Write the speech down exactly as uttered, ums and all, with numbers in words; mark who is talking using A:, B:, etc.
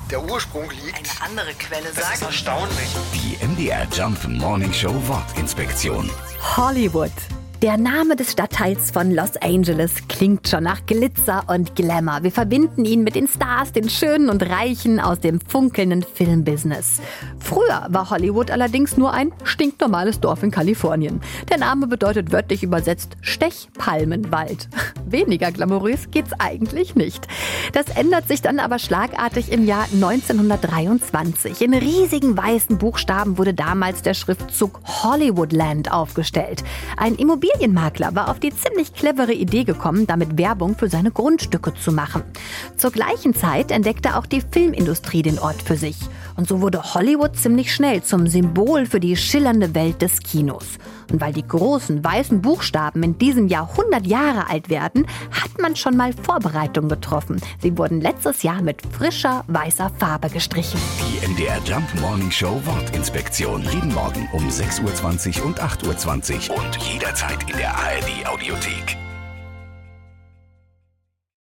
A: der Ursprung liegt.
B: Eine andere Quelle
A: Das
B: sagt...
A: ist erstaunlich.
C: Die M D R Jump Morning Show Wortinspektion.
D: Hollywood. Der Name des Stadtteils von Los Angeles klingt schon nach Glitzer und Glamour. Wir verbinden ihn mit den Stars, den Schönen und Reichen aus dem funkelnden Filmbusiness. Früher war Hollywood allerdings nur ein stinknormales Dorf in Kalifornien. Der Name bedeutet wörtlich übersetzt Stechpalmenwald. Weniger glamourös geht's eigentlich nicht. Das ändert sich dann aber schlagartig im Jahr neunzehnhundertdreiundzwanzig. In riesigen weißen Buchstaben wurde damals der Schriftzug Hollywoodland aufgestellt. Ein Immobilienmakler war auf die ziemlich clevere Idee gekommen, damit Werbung für seine Grundstücke zu machen. Zur gleichen Zeit entdeckte auch die Filmindustrie den Ort für sich. Und so wurde Hollywood ziemlich schnell zum Symbol für die schillernde Welt des Kinos. Und weil die großen weißen Buchstaben in diesem Jahr hundert Jahre alt werden, hat man schon mal Vorbereitungen getroffen. Sie wurden letztes Jahr mit frischer weißer Farbe gestrichen.
C: Die M D R Jump Morning Show Wortinspektion. Jeden Morgen um sechs Uhr zwanzig und acht Uhr zwanzig und jederzeit in der A R D Audiothek.